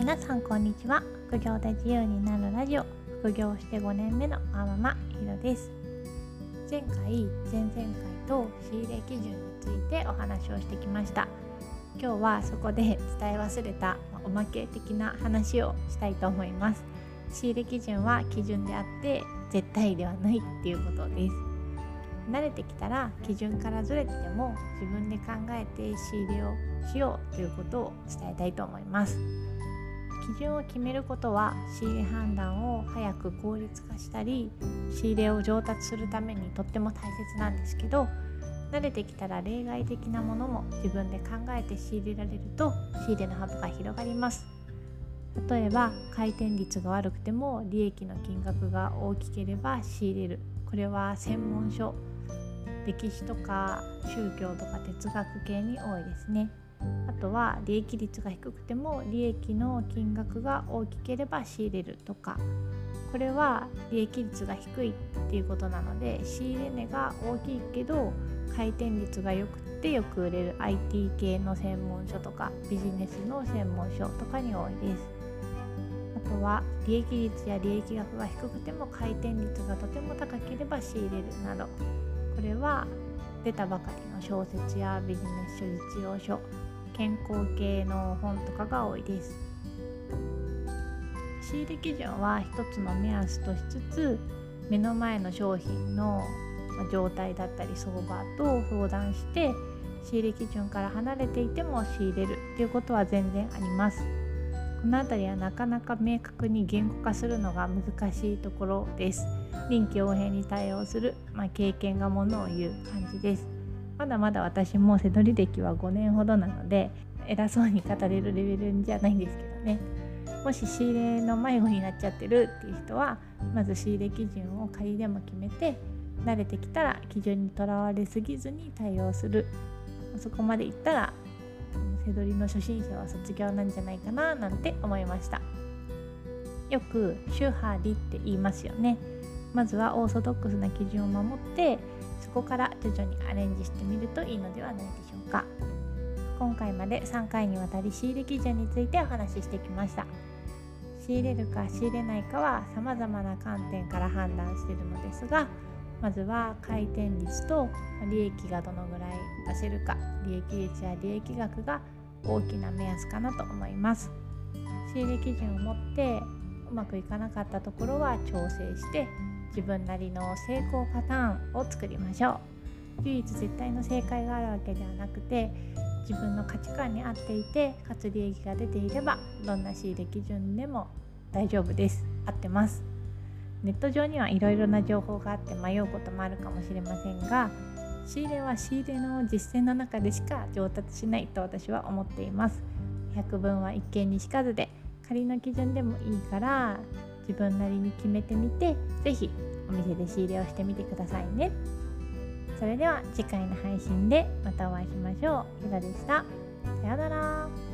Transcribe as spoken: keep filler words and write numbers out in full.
皆さんこんにちは。副業で自由になるラジオ、副業してごねんめのマママひろです。前回、前々回と仕入れ基準についてお話をしてきました。今日はそこで伝え忘れたおまけ的な話をしたいと思います。仕入れ基準は基準であって絶対ではないっていうことです。慣れてきたら基準からずれてても自分で考えて仕入れをしようということを伝えたいと思います。基準を決めることは仕入れ判断を早く効率化したり、仕入れを上達するためにとっても大切なんですけど、慣れてきたら例外的なものも自分で考えて仕入れられると仕入れの幅が広がります。例えば回転率が悪くても利益の金額が大きければ仕入れる。これは専門書、歴史とか宗教とか哲学系に多いですね。あとは利益率が低くても利益の金額が大きければ仕入れるとか、これは利益率が低いっていうことなので仕入れ値が大きいけど回転率が良くてよく売れる アイティー 系の専門書とかビジネスの専門書とかに多いです。あとは利益率や利益額が低くても回転率がとても高ければ仕入れるなど、これは出たばかりの小説やビジネス書、実用書、健康系の本とかが多いです。仕入れ基準は一つの目安としつつ、目の前の商品の状態だったり相場と相談して仕入れ基準から離れていても仕入れるということは全然あります。このあたりはなかなか明確に言語化するのが難しいところです。臨機応変に対応する、まあ、経験がものを言う感じです。まだまだ私も背取り歴はごねんほどなので偉そうに語れるレベルじゃないんですけどね。もし仕入れの迷子になっちゃってるっていう人はまず仕入れ基準を仮でも決めて、慣れてきたら基準にとらわれすぎずに対応する。そこまでいったら背取りの初心者は卒業なんじゃないかななんて思いました。よく宗派理って言いますよね。まずはオーソドックスな基準を守ってそこから徐々にアレンジしてみるといいのではないでしょうか。今回までさんかいにわたり仕入れ基準についてお話ししてきました。仕入れるか仕入れないかは様々な観点から判断しているのですが、まずは回転率と利益がどのぐらい出せるか、利益率や利益額が大きな目安かなと思います。仕入れ基準を持ってうまくいかなかったところは調整して自分なりの成功パターンを作りましょう。唯一絶対の正解があるわけではなくて、自分の価値観に合っていてかつ利益が出ていればどんな仕入れ基準でも大丈夫です。合ってます。ネット上にはいろいろな情報があって迷うこともあるかもしれませんが、仕入れは仕入れの実践の中でしか上達しないと私は思っています。百聞は一見にしかずで、仮の基準でもいいから自分なりに決めてみて、ぜひお店で仕入れをしてみてくださいね。それでは次回の配信でまたお会いしましょう。ひろでした。さようなら。